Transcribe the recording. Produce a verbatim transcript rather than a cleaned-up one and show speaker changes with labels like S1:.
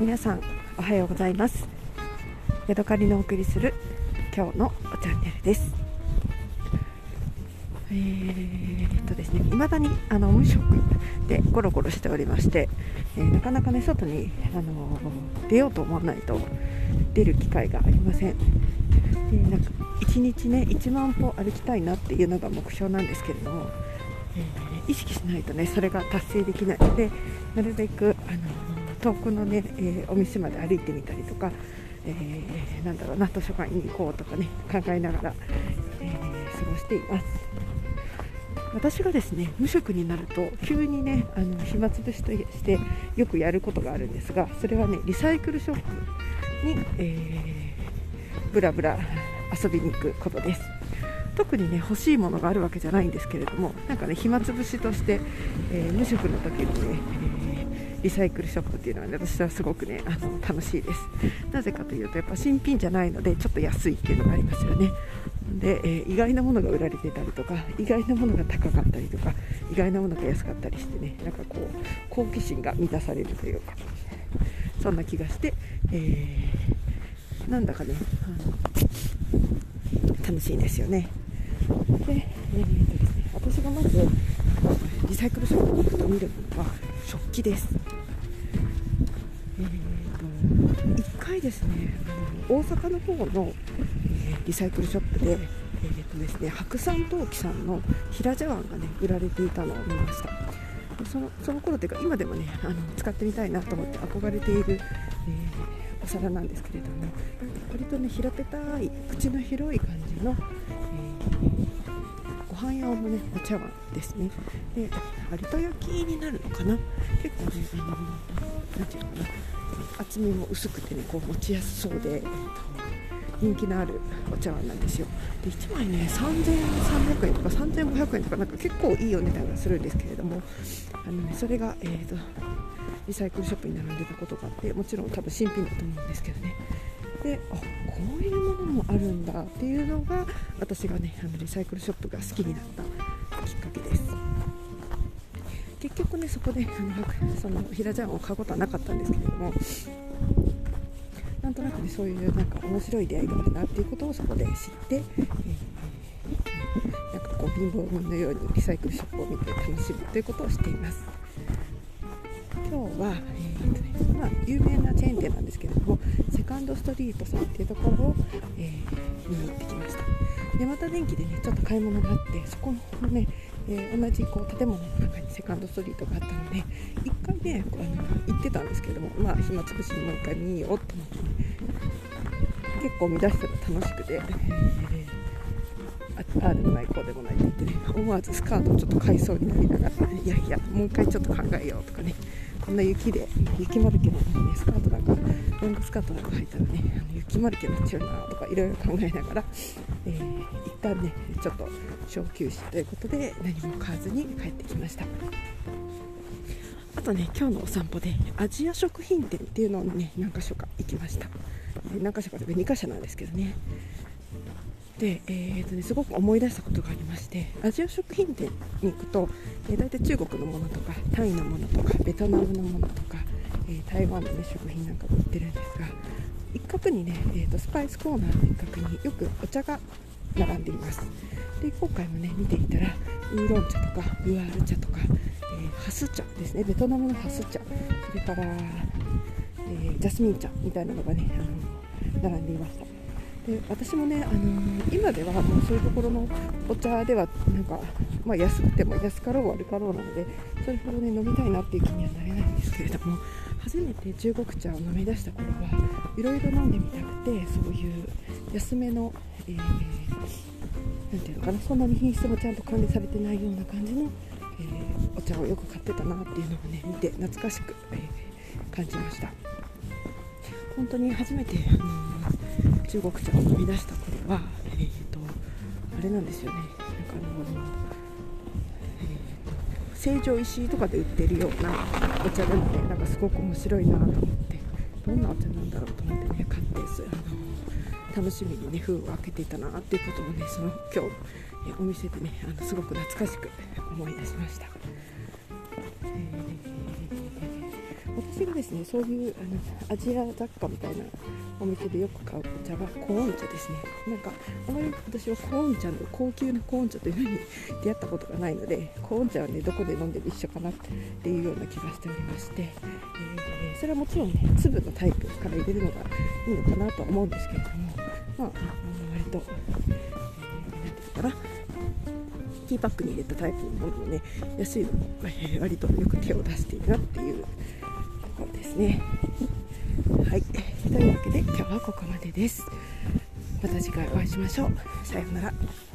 S1: 皆さんおはようございます。ヤドカリのお送りする今日のチャンネルです。えー、っとですね未だにあの無職でゴロゴロしておりまして、えー、なかなかね外に、あのー、出ようと思わないと出る機会がありません。でなんかいちにちねいちまん歩歩きたいなっていうのが目標なんですけれども、えー、意識しないとねそれが達成できないので、なるべく、あのー遠くのね、えー、お店まで歩いてみたりとか、えー、なんだろうな図書館に行こうとかね考えながら、えー、過ごしています。私がですね無職になると急にねあの暇つぶしとしてよくやることがあるんですが、それはねリサイクルショップに、えー、ブラブラ遊びに行くことです。特にね欲しいものがあるわけじゃないんですけれども、なんかね暇つぶしとして、えー、無職の時にね、えーリサイクルショップっていうのは、ね、私はすごくねあの楽しいです。なぜかというとやっぱ新品じゃないのでちょっと安いっていうのがありますよね。で、えー、意外なものが売られてたりとか、意外なものが高かったりとか、意外なものが安かったりしてね、なんかこう好奇心が満たされるというか、そんな気がして、えー、なんだかねあの楽しいんですよね。で、えーとですね、私がまずリサイクルショップに行くと見るものは食器です。えー、といっかいですねあの大阪の方の、えー、リサイクルショップで、えーとですね、白山陶器さんの平茶碗がね売られていたのを見ました。その、その頃というか今でもねあの使ってみたいなと思って憧れている、えー、お皿なんですけれども、割とね平べたい口の広い感じの、えーご飯用のねお茶碗ですね。で有田焼きになるのかな、結構ねあのなんていうのかな、厚みも薄くてねこう持ちやすそうで、えー、と人気のあるお茶碗なんですよ。でいちまいねさんぜんさんびゃくえんとかさんぜんごひゃくえんとか、なんか結構いいお値段がするんですけれども、あの、ね、それが、えー、とリサイクルショップに並んでたことがあって、もちろん多分新品だと思うんですけどね。であこういうものもあるんだっていうのが、私がねあのリサイクルショップが好きになったきっかけです。結局ねそこであのその平茶碗を買うことはなかったんですけれども、なんとなくねそういうなんか面白い出会いがあるなっていうことをそこで知って、えー、なんかこう貧乏人のようにリサイクルショップを見て楽しむということをしています。今日は、えーとねまあ、有名なチェーン店なんですけれども、セカンドストリートさんっていうところを、えー、見に行ってきました。でまた電気でねちょっと買い物があって、そこのね、えー、同じこう建物の中にセカンドストリートがあったので、いっかいねあの行ってたんですけれども、まあ暇つぶしにもういっかい見にようと思ってね、結構見出したら楽しくて、えーああでもないこうでもないって言ってね、思わずスカートをちょっと買いそうになりながら、いやいやもう一回ちょっと考えようとかね、こんな雪で雪まるけの、ね、スカートなんかロングスカートなんか履いたらねあの雪まるけになっちゃうなとかいろいろ考えながら、えー、一旦ねちょっと小休止ということで何も買わずに帰ってきました。あとね今日のお散歩でアジア食品店っていうのをね何か所か行きました。何か所かというかにかしょなんですけどね。で、えーとね、すごく思い出したことがありまして、アジア食品店に行くと、えー、大体中国のものとかタイのものとかベトナムのものとか、えー、台湾の、ね、食品なんかも売ってるんですが、一角にね、えーと、スパイスコーナーの一角によくお茶が並んでいます。で今回もね見ていたらウーロン茶とかウーアール茶とか、えー、ハス茶ですね、ベトナムのハス茶、それから、えー、ジャスミン茶みたいなのがねあの並んでいました。で私もね、あのー、今ではもうそういうところのお茶ではなんか、まあ、安くても安かろう悪かろうなのでそれほどね飲みたいなっていう気にはなれないんですけれども、初めて中国茶を飲み出した頃はいろいろ飲んでみたくて、そういう安めの、えー、なんていうのかな、そんなに品質もちゃんと管理されてないような感じの、えー、お茶をよく買ってたなっていうのをね見て懐かしく、えー、感じました。本当に初めて、あのー中国茶を飲み出した頃は、えー、とあれなんですよね、なんかあの、えー、と成城石井とかで売ってるようなお茶でもね、なんかすごく面白いなと思って、どんなお茶なんだろうと思ってね買って、あの楽しみにね封を開けていたなっていうことをね、その今日えお店でねあのすごく懐かしく思い出しました。えー、もと私がですねそういうあのアジア雑貨みたいなお店でよく買うお茶はコーン茶ですね。なんかあまり私はコーン茶の高級なコーン茶というのに出会ったことがないので、コーン茶はねどこで飲んでも一緒かなっていうような気がしておりまして、えー、それはもちろんね粒のタイプから入れるのがいいのかなとは思うんですけれども、まあ、あの割と、えー、なんていうのかな、ティーパックに入れたタイプのものもね安いのも、えー、割とよく手を出しているなっていうところですね。はい、というわけで今日はここまでです。また次回お会いしましょう。さようなら。